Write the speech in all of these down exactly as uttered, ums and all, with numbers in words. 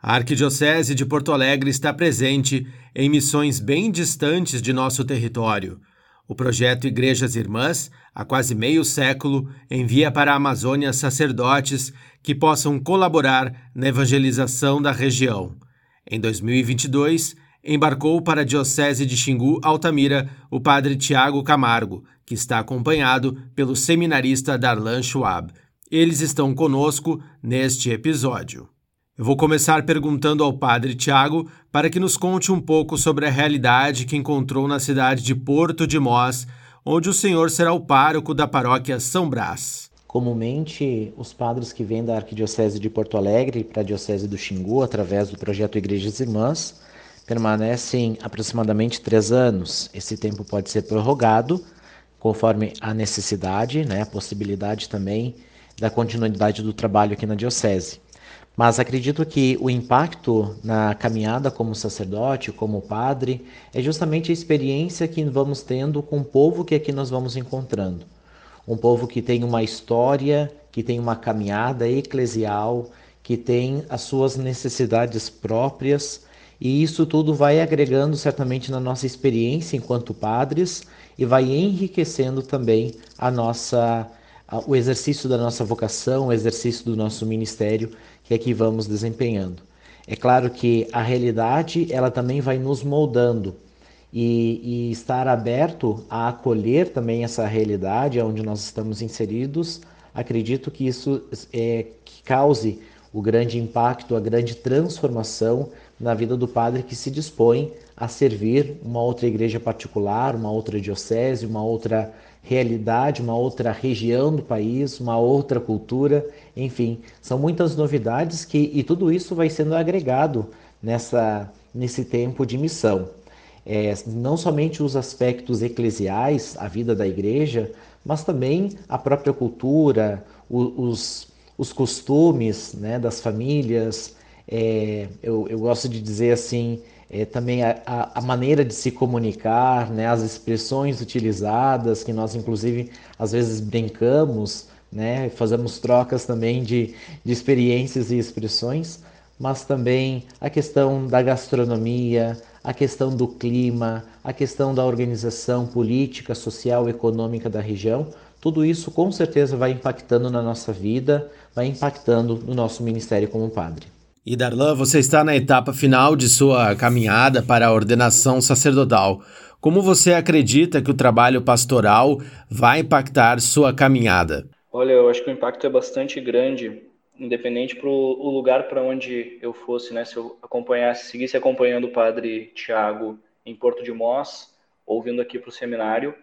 A Arquidiocese de Porto Alegre está presente em missões bem distantes de nosso território. O projeto Igrejas Irmãs, há quase meio século, envia para a Amazônia sacerdotes que possam colaborar na evangelização da região. Em dois mil e vinte e dois, embarcou para a Diocese de Xingu, Altamira, o padre Tiago Camargo, que está acompanhado pelo seminarista Darlan Schwab. Eles estão conosco neste episódio. Eu vou começar perguntando ao padre Tiago para que nos conte um pouco sobre a realidade que encontrou na cidade de Porto de Mós, onde o senhor será o pároco da paróquia São Brás. Comumente, os padres que vêm da Arquidiocese de Porto Alegre para a Diocese do Xingu, através do projeto Igrejas Irmãs, permanecem aproximadamente três anos. Esse tempo pode ser prorrogado, conforme a necessidade, né, a possibilidade também da continuidade do trabalho aqui na Diocese. Mas acredito que o impacto na caminhada como sacerdote, como padre, é justamente a experiência que vamos tendo com o povo que aqui nós vamos encontrando. Um povo que tem uma história, que tem uma caminhada eclesial, que tem as suas necessidades próprias, e isso tudo vai agregando certamente na nossa experiência enquanto padres e vai enriquecendo também a nossa, o exercício da nossa vocação, o exercício do nosso ministério que aqui vamos desempenhando. É claro que a realidade ela também vai nos moldando e, e estar aberto a acolher também essa realidade onde nós estamos inseridos, acredito que isso é, que cause o grande impacto, a grande transformação na vida do padre que se dispõe a servir uma outra igreja particular, uma outra diocese, uma outra realidade, uma outra região do país, uma outra cultura, enfim, são muitas novidades que, e tudo isso vai sendo agregado nessa, nesse tempo de missão. É, não somente os aspectos eclesiais, a vida da igreja, mas também a própria cultura, os, os costumes, né, das famílias. É, eu, eu gosto de dizer assim, é, também a, a, a maneira de se comunicar, né, as expressões utilizadas, que nós inclusive às vezes brincamos, né, fazemos trocas também de, de experiências e expressões, mas também a questão da gastronomia, a questão do clima, a questão da organização política, social, econômica da região. Tudo isso com certeza vai impactando na nossa vida, vai impactando no nosso ministério como padre. E Darlan, você está na etapa final de sua caminhada para a ordenação sacerdotal. Como você acredita que o trabalho pastoral vai impactar sua caminhada? Olha, eu acho que o impacto é bastante grande, independente para o lugar para onde eu fosse, né? Se eu acompanhasse, seguisse acompanhando o padre Tiago em Porto de Mós, ou vindo aqui para o seminário,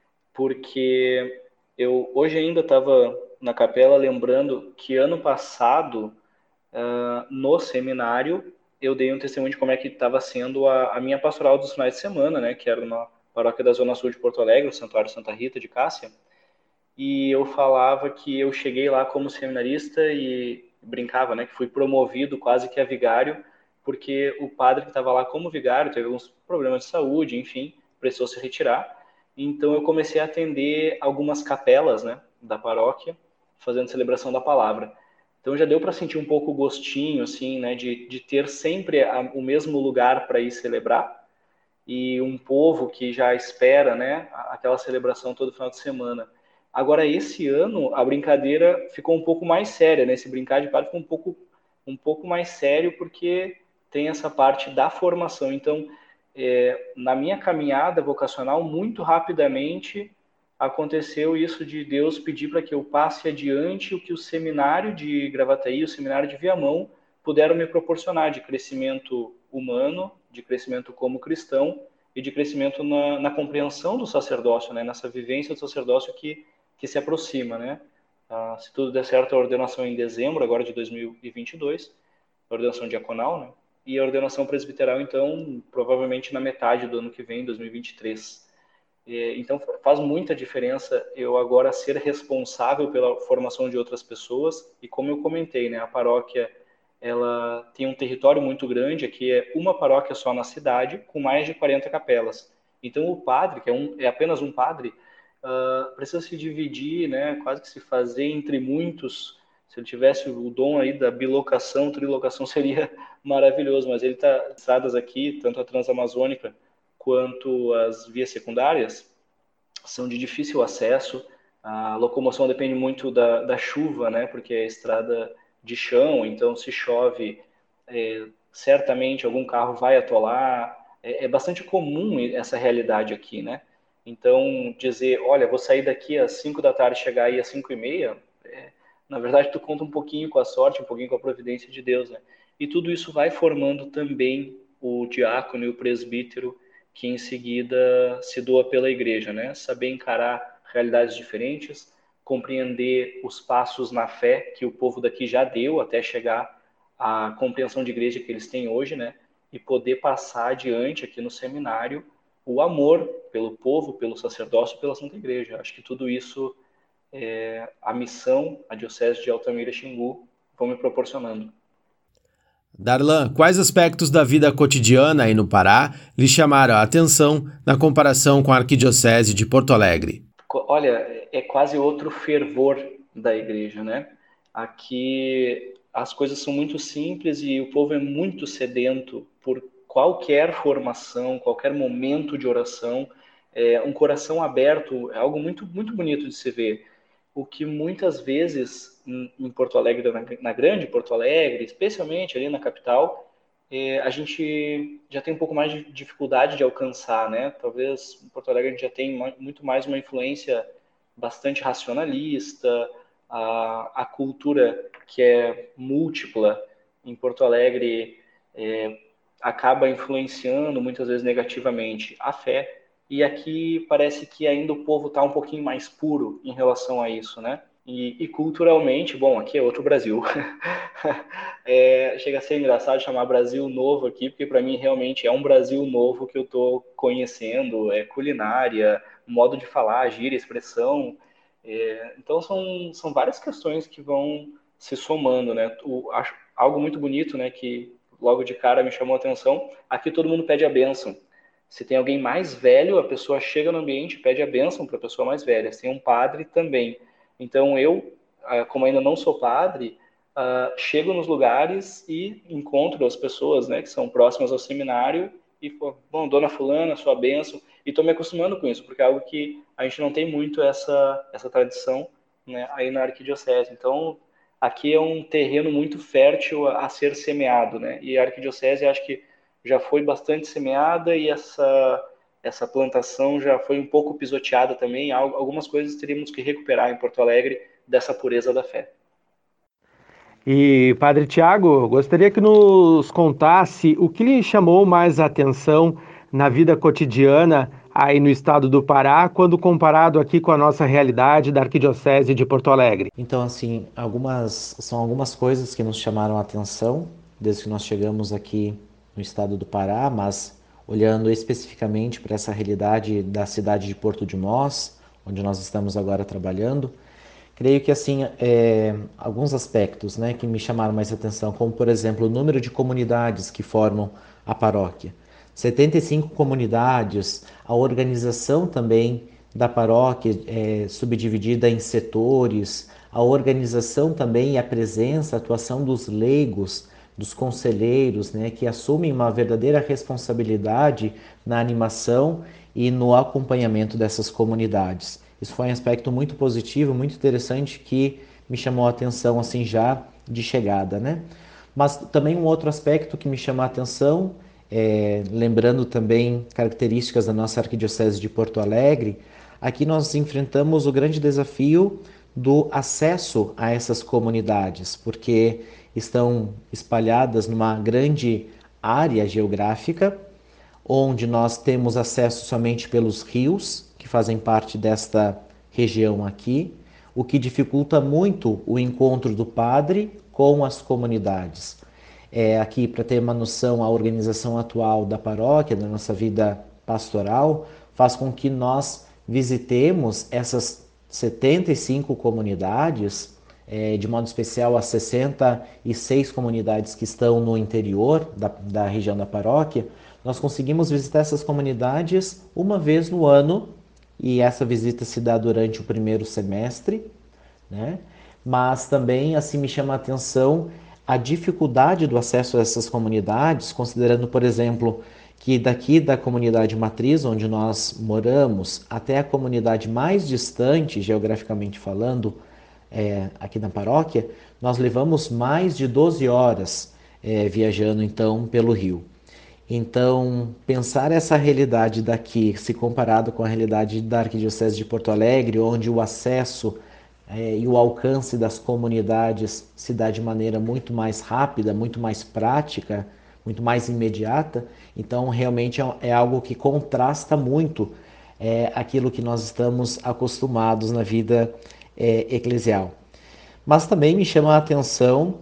porque eu hoje ainda estava na capela lembrando que ano passado, uh, no seminário, eu dei um testemunho de como é que estava sendo a, a minha pastoral dos finais de semana, né? Que era na paróquia da Zona Sul de Porto Alegre, o Santuário Santa Rita de Cássia. E eu falava que eu cheguei lá como seminarista e brincava, né, que fui promovido quase que a vigário, porque o padre que estava lá como vigário teve alguns problemas de saúde, enfim, precisou se retirar. Então eu comecei a atender algumas capelas, né, da paróquia, fazendo celebração da palavra. Então já deu para sentir um pouco o gostinho, assim, né, de, de ter sempre a, o mesmo lugar para ir celebrar e um povo que já espera, né, aquela celebração todo final de semana. Agora, esse ano, a brincadeira ficou um pouco mais séria, né? Esse brincar de padre ficou um pouco, um pouco mais sério, porque tem essa parte da formação. Então, é, na minha caminhada vocacional, muito rapidamente aconteceu isso de Deus pedir para que eu passe adiante o que o seminário de Gravataí, o seminário de Viamão, puderam me proporcionar de crescimento humano, de crescimento como cristão e de crescimento na, na compreensão do sacerdócio, né? Nessa vivência do sacerdócio que que se aproxima, né? Ah, se tudo der certo, a ordenação em dezembro, agora de dois mil e vinte e dois, a ordenação diaconal, né? E a ordenação presbiteral, então, provavelmente na metade do ano que vem, dois mil e vinte e três. E, então, faz muita diferença eu agora ser responsável pela formação de outras pessoas. E como eu comentei, né? A paróquia, ela tem um território muito grande, aqui é uma paróquia só na cidade, com mais de quarenta capelas. Então, o padre, que é, um, é apenas um padre, Uh, precisa se dividir, né, quase que se fazer entre muitos Se ele tivesse o dom aí da bilocação, trilocação, seria maravilhoso, mas ele está estradas aqui, tanto a Transamazônica quanto as vias secundárias, são de difícil acesso. A locomoção depende muito da, da chuva, né? Porque é estrada de chão, então se chove, é, certamente algum carro vai atolar. É, é bastante comum essa realidade aqui, né? Então, dizer, olha, vou sair daqui às cinco da tarde e chegar aí às cinco e meia, é, na verdade, tu conta um pouquinho com a sorte, um pouquinho com a providência de Deus, né? E tudo isso vai formando também o diácono e o presbítero, que em seguida se doa pela igreja, né? Saber encarar realidades diferentes, compreender os passos na fé que o povo daqui já deu até chegar à compreensão de igreja que eles têm hoje, né? E poder passar adiante aqui no seminário o amor pelo povo, pelo sacerdócio, pela Santa Igreja. Acho que tudo isso é, a missão, a Diocese de Altamira-Xingu vão me proporcionando. Darlan, quais aspectos da vida cotidiana aí no Pará lhe chamaram a atenção na comparação com a Arquidiocese de Porto Alegre? Olha, é quase outro fervor da igreja, né? Aqui as coisas são muito simples e o povo é muito sedento por qualquer formação, qualquer momento de oração. É, um coração aberto é algo muito, muito bonito de se ver. O que muitas vezes em, em Porto Alegre, na, na grande Porto Alegre, especialmente ali na capital, é, a gente já tem um pouco mais de dificuldade de alcançar, né? Talvez em Porto Alegre a gente já tem muito mais uma influência bastante racionalista, a, a cultura que é múltipla em Porto Alegre é, acaba influenciando muitas vezes negativamente a fé, e aqui parece que ainda o povo está um pouquinho mais puro em relação a isso, né? E, e culturalmente, bom, aqui é outro Brasil. É, chega a ser engraçado chamar Brasil novo aqui, porque para mim realmente é um Brasil novo que eu estou conhecendo, é culinária, modo de falar, gíria, expressão. É, então são, são várias questões que vão se somando, né? O, acho, algo muito bonito, né, que logo de cara me chamou a atenção, aqui todo mundo pede a bênção. Se tem alguém mais velho, a pessoa chega no ambiente e pede a bênção para a pessoa mais velha. Se tem um padre também. Então eu, como ainda não sou padre, Uh, chego nos lugares e encontro as pessoas, né, que são próximas ao seminário e, pô, bom, dona fulana, sua bênção, e estou me acostumando com isso, porque é algo que a gente não tem muito essa, essa tradição, né, aí na arquidiocese. Então, aqui é um terreno muito fértil a, a ser semeado, né, e a arquidiocese acho que já foi bastante semeada e essa, essa plantação já foi um pouco pisoteada também. Algumas coisas teríamos que recuperar em Porto Alegre dessa pureza da fé. E, Padre Tiago, gostaria que nos contasse o que lhe chamou mais a atenção na vida cotidiana aí no estado do Pará, quando comparado aqui com a nossa realidade da Arquidiocese de Porto Alegre. Então, assim, algumas, são algumas coisas que nos chamaram a atenção desde que nós chegamos aqui no estado do Pará, mas olhando especificamente para essa realidade da cidade de Porto de Mós, onde nós estamos agora trabalhando, creio que assim, é, alguns aspectos, né, que me chamaram mais atenção, como por exemplo o número de comunidades que formam a paróquia. setenta e cinco comunidades, a organização também da paróquia é subdividida em setores, a organização também e a presença, a atuação dos leigos, dos conselheiros, né, que assumem uma verdadeira responsabilidade na animação e no acompanhamento dessas comunidades. Isso foi um aspecto muito positivo, muito interessante, que me chamou a atenção assim já de chegada, né? Mas também um outro aspecto que me chamou a atenção, é, lembrando também características da nossa Arquidiocese de Porto Alegre, aqui nós enfrentamos o grande desafio do acesso a essas comunidades, porque estão espalhadas numa grande área geográfica, onde nós temos acesso somente pelos rios, que fazem parte desta região aqui, o que dificulta muito o encontro do padre com as comunidades. É, aqui, para ter uma noção, a organização atual da paróquia, da nossa vida pastoral, faz com que nós visitemos essas setenta e cinco comunidades, é, de modo especial as sessenta e seis comunidades que estão no interior da, da região da paróquia. Nós conseguimos visitar essas comunidades uma vez no ano, e essa visita se dá durante o primeiro semestre, né? mas também assim me chama a atenção a dificuldade do acesso a essas comunidades, considerando, por exemplo, que daqui da comunidade matriz, onde nós moramos, até a comunidade mais distante, geograficamente falando, é, aqui na paróquia, nós levamos mais de doze horas é, viajando então pelo rio. Então, pensar essa realidade daqui, se comparado com a realidade da Arquidiocese de Porto Alegre, onde o acesso é, e o alcance das comunidades se dá de maneira muito mais rápida, muito mais prática, muito mais imediata, então realmente é, é algo que contrasta muito é, aquilo que nós estamos acostumados na vida é, eclesial. Mas também me chama a atenção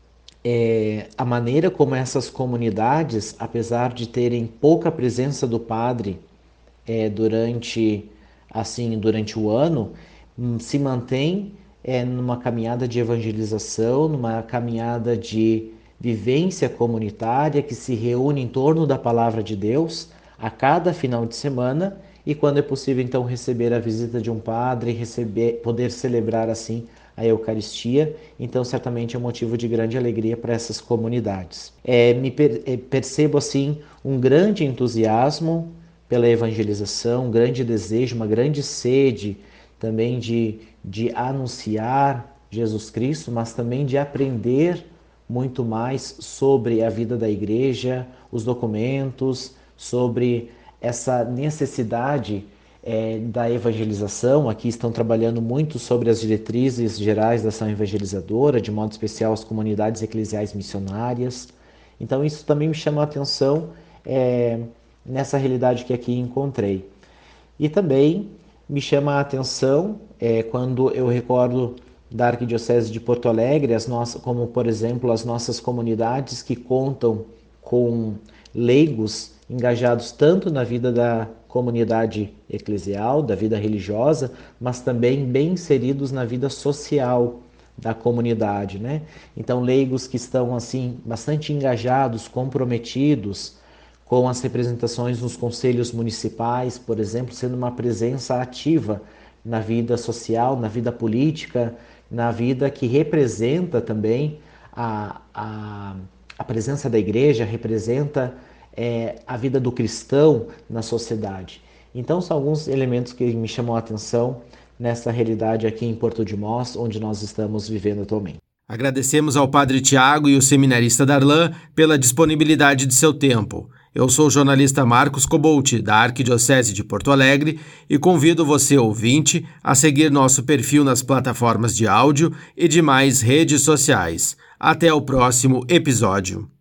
é, a maneira como essas comunidades, apesar de terem pouca presença do padre é, durante assim durante o ano, se mantém é, numa caminhada de evangelização, numa caminhada de vivência comunitária que se reúne em torno da palavra de Deus a cada final de semana e quando é possível então receber a visita de um padre, receber, poder celebrar assim a Eucaristia, então certamente é um motivo de grande alegria para essas comunidades. É, me per, é, percebo assim um grande entusiasmo pela evangelização, um grande desejo, uma grande sede também de, de anunciar Jesus Cristo, mas também de aprender muito mais sobre a vida da igreja, os documentos, sobre essa necessidade é, da evangelização. Aqui estão trabalhando muito sobre as diretrizes gerais da ação evangelizadora, de modo especial as comunidades eclesiais missionárias. Então isso também me chama a atenção é, nessa realidade que aqui encontrei. E também me chama a atenção é, quando eu recordo da Arquidiocese de Porto Alegre, as nossas, como por exemplo as nossas comunidades que contam com leigos engajados tanto na vida da comunidade eclesial, da vida religiosa, mas também bem inseridos na vida social da comunidade, né? Então leigos que estão assim bastante engajados, comprometidos com as representações nos conselhos municipais, por exemplo, sendo uma presença ativa na vida social, na vida política, na vida que representa também a, a, a presença da igreja, representa é, a vida do cristão na sociedade. Então são alguns elementos que me chamam a atenção nessa realidade aqui em Porto de Mós, onde nós estamos vivendo atualmente. Agradecemos ao Padre Tiago e o seminarista Darlan pela disponibilidade de seu tempo. Eu sou o jornalista Marcos Cobolt, da Arquidiocese de Porto Alegre, e convido você, ouvinte, a seguir nosso perfil nas plataformas de áudio e demais redes sociais. Até o próximo episódio.